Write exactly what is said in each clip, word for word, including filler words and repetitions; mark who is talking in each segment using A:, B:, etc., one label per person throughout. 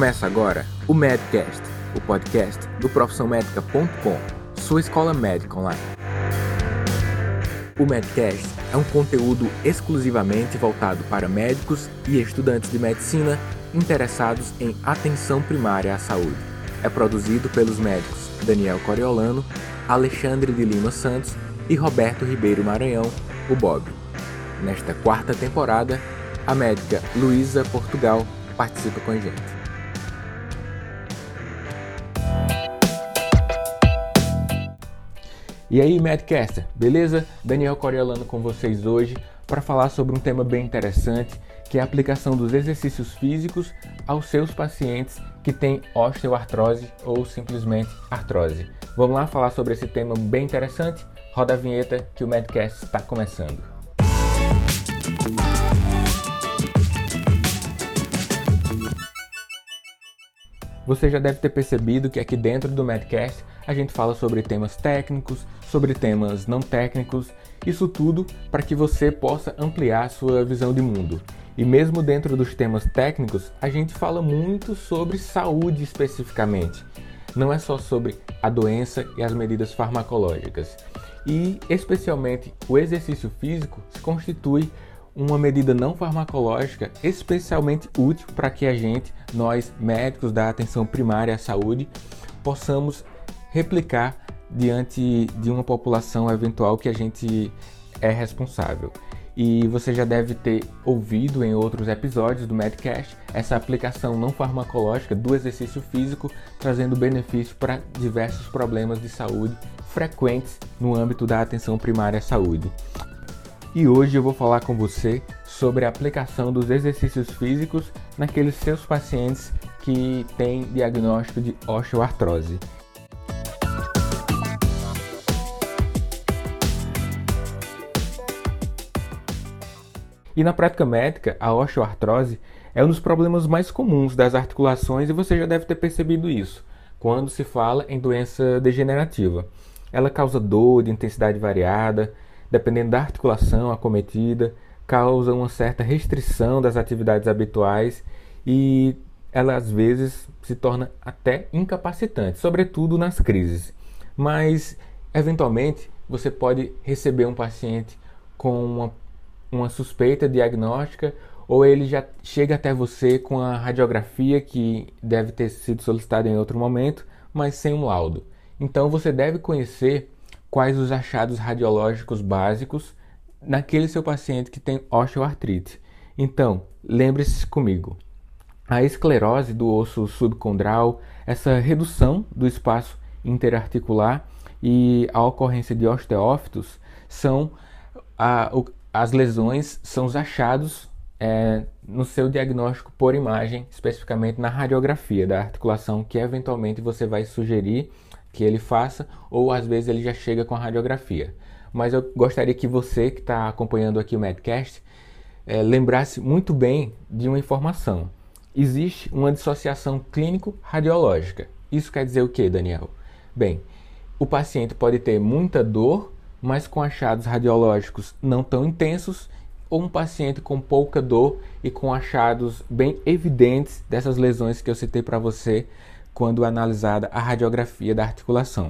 A: Começa agora o Medcast, o podcast do profissão médica ponto com, sua escola médica online. O Medcast é um conteúdo exclusivamente voltado para médicos e estudantes de medicina interessados em atenção primária à saúde. É produzido pelos médicos Daniel Coriolano, Alexandre de Lima Santos e Roberto Ribeiro Maranhão, o Bob. Nesta quarta temporada, a médica Luísa Portugal participa com a gente. E aí, Medcaster, beleza? Daniel Coriolano com vocês hoje para falar sobre um tema bem interessante, que é a aplicação dos exercícios físicos aos seus pacientes que têm osteoartrose ou simplesmente artrose. Vamos lá falar sobre esse tema bem interessante? Roda a vinheta que o Medcast está começando. Você já deve ter percebido que aqui dentro do Medcast a gente fala sobre temas técnicos, sobre temas não técnicos, isso tudo para que você possa ampliar a sua visão de mundo. E mesmo dentro dos temas técnicos, a gente fala muito sobre saúde especificamente. Não é só sobre a doença e as medidas farmacológicas. E especialmente o exercício físico se constitui uma medida não farmacológica especialmente útil para que a gente, nós médicos da atenção primária à saúde, possamos replicar diante de uma população eventual que a gente é responsável. E você já deve ter ouvido em outros episódios do Medcast essa aplicação não farmacológica do exercício físico, trazendo benefício para diversos problemas de saúde frequentes no âmbito da atenção primária à saúde. E hoje eu vou falar com você sobre a aplicação dos exercícios físicos naqueles seus pacientes que têm diagnóstico de osteoartrose. E na prática médica, a osteoartrose é um dos problemas mais comuns das articulações e você já deve ter percebido isso quando se fala em doença degenerativa. Ela causa dor de intensidade variada, dependendo da articulação acometida, causa uma certa restrição das atividades habituais e ela às vezes se torna até incapacitante, sobretudo nas crises. Mas, eventualmente, você pode receber um paciente com uma, uma suspeita diagnóstica ou ele já chega até você com a radiografia que deve ter sido solicitada em outro momento, mas sem um laudo. Então você deve conhecer quais os achados radiológicos básicos naquele seu paciente que tem osteoartrite. Então, lembre-se comigo, a esclerose do osso subcondral, essa redução do espaço interarticular e a ocorrência de osteófitos são a, o, as lesões, são os achados é, no seu diagnóstico por imagem, especificamente na radiografia da articulação que eventualmente você vai sugerir que ele faça, ou às vezes ele já chega com a radiografia. Mas eu gostaria que você que está acompanhando aqui o Medcast é, lembrasse muito bem de uma informação. Existe uma dissociação clínico-radiológica. Isso quer dizer o que, Daniel? Bem, o paciente pode ter muita dor, mas com achados radiológicos não tão intensos, ou um paciente com pouca dor e com achados bem evidentes dessas lesões que eu citei para você quando analisada a radiografia da articulação.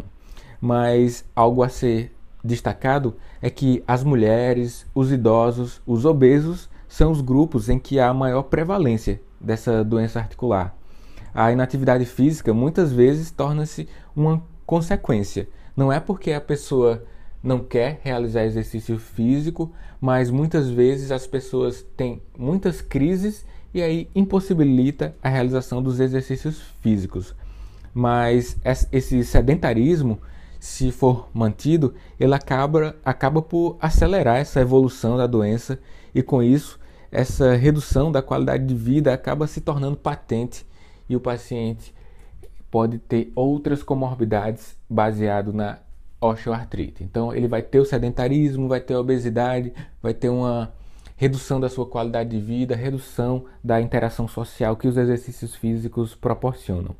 A: Mas algo a ser destacado é que as mulheres, os idosos, os obesos são os grupos em que há maior prevalência dessa doença articular. A inatividade física muitas vezes torna-se uma consequência. Não é porque a pessoa não quer realizar exercício físico, mas muitas vezes as pessoas têm muitas crises e aí impossibilita a realização dos exercícios físicos. Mas esse sedentarismo, se for mantido, ele acaba, acaba por acelerar essa evolução da doença e com isso, essa redução da qualidade de vida acaba se tornando patente e o paciente pode ter outras comorbidades baseado na osteoartrite. Então ele vai ter o sedentarismo, vai ter a obesidade, vai ter uma redução da sua qualidade de vida, redução da interação social que os exercícios físicos proporcionam.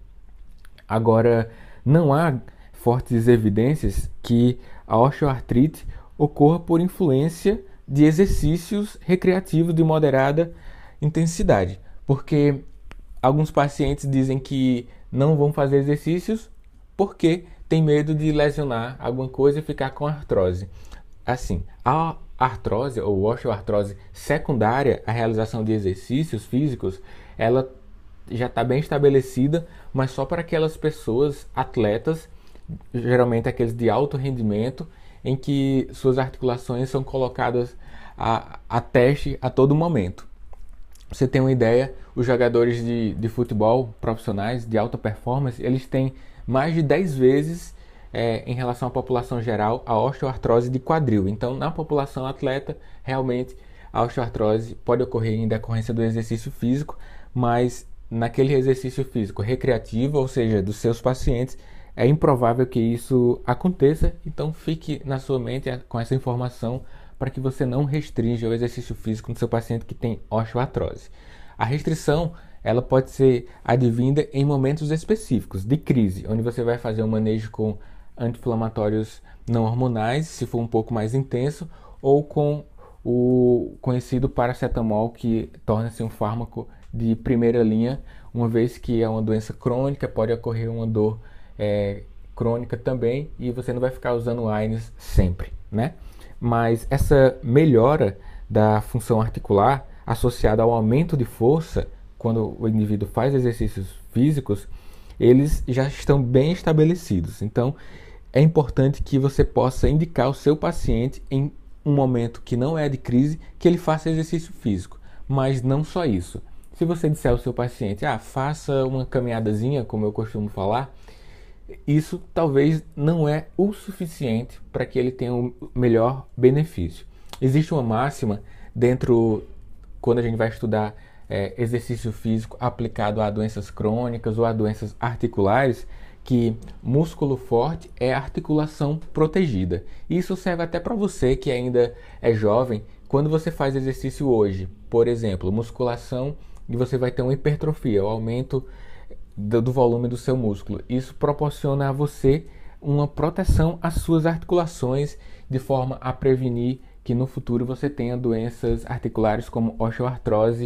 A: Agora, não há fortes evidências que a osteoartrite ocorra por influência de exercícios recreativos de moderada intensidade, porque alguns pacientes dizem que não vão fazer exercícios porque tem medo de lesionar alguma coisa e ficar com artrose. Assim, a artrose ou osteoartrose secundária à realização de exercícios físicos, ela já está bem estabelecida, mas só para aquelas pessoas, atletas, geralmente aqueles de alto rendimento, em que suas articulações são colocadas a, a teste a todo momento. Você tem uma ideia, os jogadores de, de futebol profissionais de alta performance, eles têm mais de dez vezes, é, em relação à população geral, a osteoartrose de quadril. Então, na população atleta, realmente a osteoartrose pode ocorrer em decorrência do exercício físico, mas naquele exercício físico recreativo, ou seja, dos seus pacientes, é improvável que isso aconteça. Então, fique na sua mente com essa informação para que você não restrinja o exercício físico no seu paciente que tem osteoartrose. A restrição, ela pode ser advinda em momentos específicos de crise, onde você vai fazer um manejo com anti-inflamatórios não hormonais, se for um pouco mais intenso, ou com o conhecido paracetamol, que torna-se um fármaco de primeira linha, uma vez que é uma doença crônica, pode ocorrer uma dor é, crônica também, e você não vai ficar usando A I N S sempre, né? Mas essa melhora da função articular associada ao aumento de força, quando o indivíduo faz exercícios físicos, eles já estão bem estabelecidos. Então, é importante que você possa indicar ao seu paciente, em um momento que não é de crise, que ele faça exercício físico. Mas não só isso. Se você disser ao seu paciente, ah, faça uma caminhadazinha, como eu costumo falar, isso talvez não é o suficiente para que ele tenha o melhor benefício. Existe uma máxima dentro, quando a gente vai estudar é, exercício físico aplicado a doenças crônicas ou a doenças articulares, que músculo forte é articulação protegida. Isso serve até para você que ainda é jovem. Quando você faz exercício hoje, por exemplo, musculação, e você vai ter uma hipertrofia, o aumento do, do volume do seu músculo. Isso proporciona a você uma proteção às suas articulações, de forma a prevenir que no futuro você tenha doenças articulares como osteoartrose,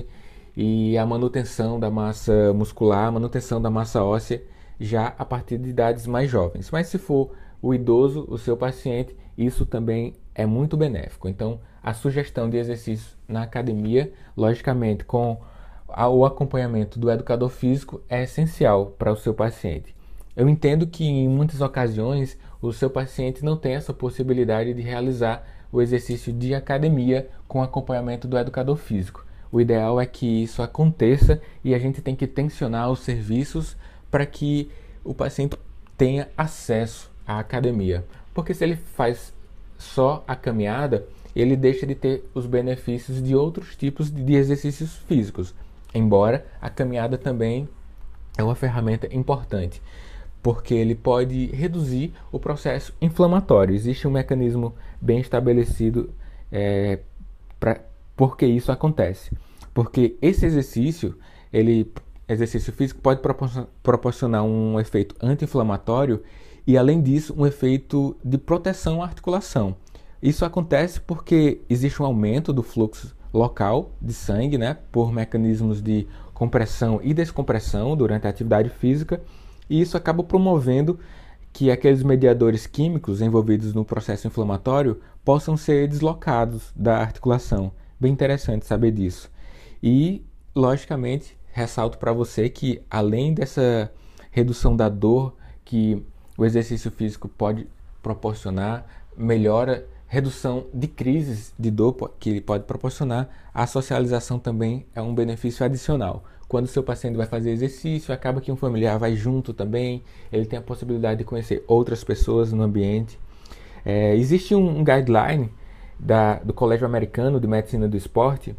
A: e a manutenção da massa muscular, a manutenção da massa óssea, já a partir de idades mais jovens. Mas se for o idoso, o seu paciente, isso também é muito benéfico. Então, a sugestão de exercício na academia, logicamente, com o acompanhamento do educador físico, é essencial para o seu paciente. Eu entendo que em muitas ocasiões o seu paciente não tem essa possibilidade de realizar o exercício de academia com acompanhamento do educador físico. O ideal é que isso aconteça e a gente tem que tensionar os serviços para que o paciente tenha acesso à academia. Porque se ele faz só a caminhada, ele deixa de ter os benefícios de outros tipos de exercícios físicos. Embora a caminhada também é uma ferramenta importante, porque ele pode reduzir o processo inflamatório. Existe um mecanismo bem estabelecido é, para porque isso acontece. Porque esse exercício, ele exercício físico pode proporcionar um efeito anti-inflamatório e, além disso, um efeito de proteção à articulação. Isso acontece porque existe um aumento do fluxo local de sangue, né, por mecanismos de compressão e descompressão durante a atividade física, e isso acaba promovendo que aqueles mediadores químicos envolvidos no processo inflamatório possam ser deslocados da articulação. Bem interessante saber disso. E, logicamente, ressalto para você que, além dessa redução da dor que o exercício físico pode proporcionar, melhora, redução de crises de dor que ele pode proporcionar, a socialização também é um benefício adicional. Quando o seu paciente vai fazer exercício, acaba que um familiar vai junto também, ele tem a possibilidade de conhecer outras pessoas no ambiente. É, existe um, um guideline da, do Colégio Americano de Medicina do Esporte,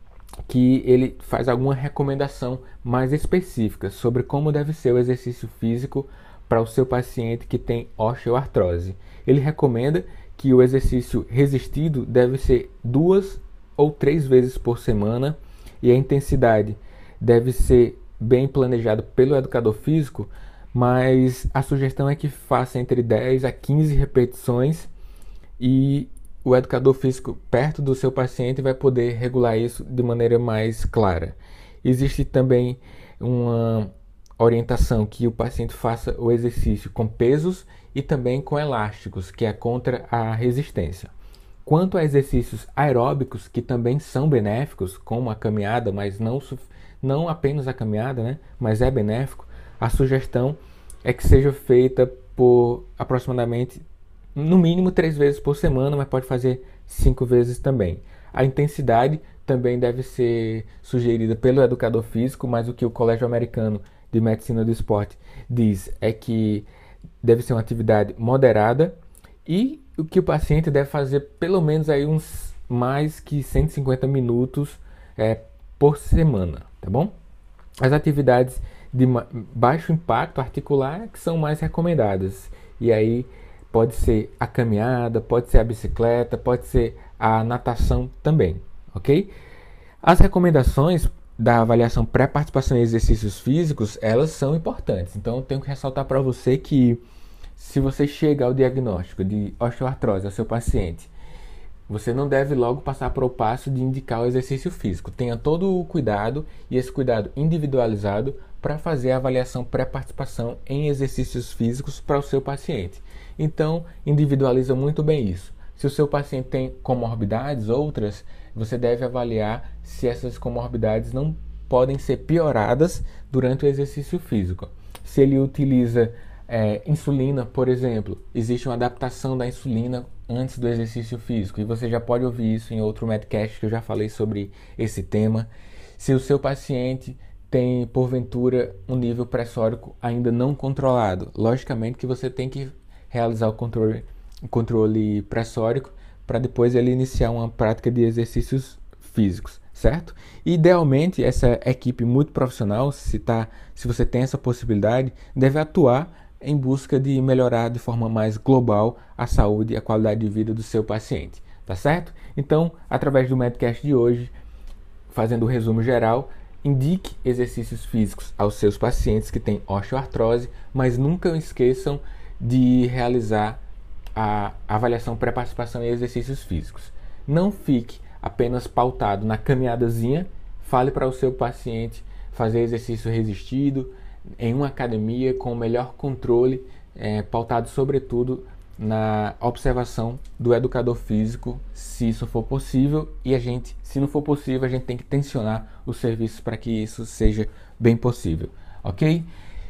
A: que ele faz alguma recomendação mais específica sobre como deve ser o exercício físico para o seu paciente que tem osteoartrose. Ele recomenda que o exercício resistido deve ser duas ou três vezes por semana e a intensidade deve ser bem planejada pelo educador físico, mas a sugestão é que faça entre dez a quinze repetições e o educador físico perto do seu paciente vai poder regular isso de maneira mais clara. Existe também uma orientação que o paciente faça o exercício com pesos e também com elásticos, que é contra a resistência. Quanto a exercícios aeróbicos, que também são benéficos, como a caminhada, mas não, não apenas a caminhada, né? Mas é benéfico, a sugestão é que seja feita por aproximadamente, no mínimo, três vezes por semana, mas pode fazer cinco vezes também. A intensidade também deve ser sugerida pelo educador físico, mas o que o Colégio Americano de Medicina do Esporte diz é que deve ser uma atividade moderada e o que o paciente deve fazer pelo menos aí uns mais que cento e cinquenta minutos é, por semana, tá bom? As atividades de baixo impacto articular que são mais recomendadas. E aí pode ser a caminhada, pode ser a bicicleta, pode ser a natação também, ok? As recomendações da avaliação pré-participação em exercícios físicos, elas são importantes. Então eu tenho que ressaltar para você que se você chega ao diagnóstico de osteoartrose ao seu paciente, você não deve logo passar para o passo de indicar o exercício físico. Tenha todo o cuidado e esse cuidado individualizado para fazer a avaliação pré-participação em exercícios físicos para o seu paciente. Então, individualiza muito bem isso. Se o seu paciente tem comorbidades, outras, você deve avaliar se essas comorbidades não podem ser pioradas durante o exercício físico. Se ele utiliza é, insulina, por exemplo, existe uma adaptação da insulina antes do exercício físico, e você já pode ouvir isso em outro Medcast que eu já falei sobre esse tema. Se o seu paciente tem, porventura, um nível pressórico ainda não controlado, logicamente que você tem que realizar o controle, o controle pressórico para depois ele iniciar uma prática de exercícios físicos, certo? E, idealmente, essa equipe muito profissional, se, tá, se você tem essa possibilidade, deve atuar em busca de melhorar de forma mais global a saúde e a qualidade de vida do seu paciente, tá certo? Então, através do Medcast de hoje, fazendo o resumo geral, indique exercícios físicos aos seus pacientes que têm osteoartrose, mas nunca esqueçam de realizar a avaliação pré-participação em exercícios físicos. Não fique apenas pautado na caminhadazinha, fale para o seu paciente fazer exercício resistido em uma academia com o melhor controle, é, pautado sobretudo na observação do educador físico, se isso for possível, e a gente, se não for possível, a gente tem que tensionar os serviços para que isso seja bem possível, ok?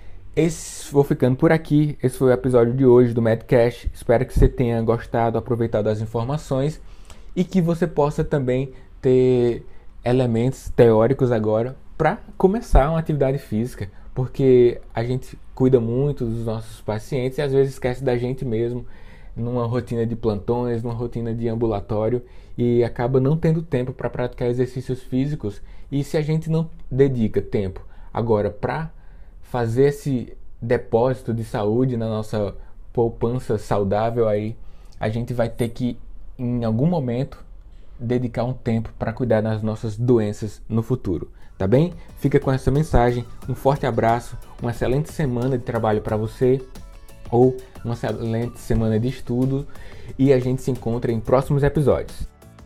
A: Esse, vou ficando por aqui. Esse foi o episódio de hoje do Medcast. Espero que você tenha gostado, aproveitado as informações e que você possa também ter elementos teóricos agora para começar uma atividade física, porque a gente cuida muito dos nossos pacientes e às vezes esquece da gente mesmo numa rotina de plantões, numa rotina de ambulatório e acaba não tendo tempo para praticar exercícios físicos. E se a gente não dedica tempo agora para fazer esse depósito de saúde na nossa poupança saudável, aí a gente vai ter que, em algum momento, dedicar um tempo para cuidar das nossas doenças no futuro, tá bem? Fica com essa mensagem, um forte abraço, uma excelente semana de trabalho para você, ou uma excelente semana de estudo, e a gente se encontra em próximos episódios.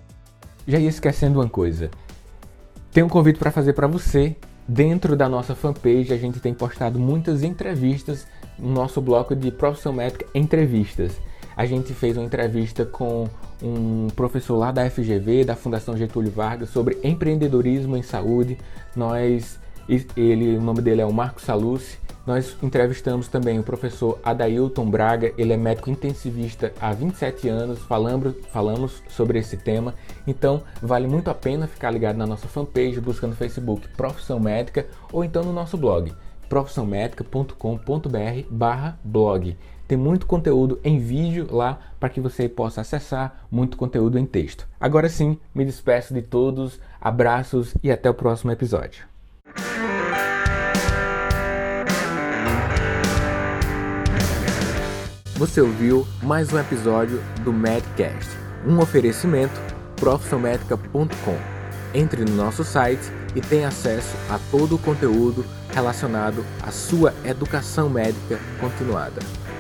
A: Já ia esquecendo uma coisa, tem um convite para fazer para você. Dentro da nossa fanpage, a gente tem postado muitas entrevistas no nosso bloco de Profissão Médica Entrevistas. A gente fez uma entrevista com um professor lá da F G V, da Fundação Getúlio Vargas, sobre empreendedorismo em saúde. Nós, ele, o nome dele é o Marco Salucci. Nós entrevistamos também o professor Adailton Braga, ele é médico intensivista há vinte e sete anos, falamos, falamos sobre esse tema. Então, vale muito a pena ficar ligado na nossa fanpage, buscando no Facebook Profissão Médica, ou então no nosso blog, profissão médica ponto com ponto br barra blog. Tem muito conteúdo em vídeo lá para que você possa acessar, muito conteúdo em texto. Agora sim, me despeço de todos, abraços e até o próximo episódio. Você ouviu mais um episódio do Medcast, um oferecimento profissão médica ponto com. Entre no nosso site e tenha acesso a todo o conteúdo relacionado à sua educação médica continuada.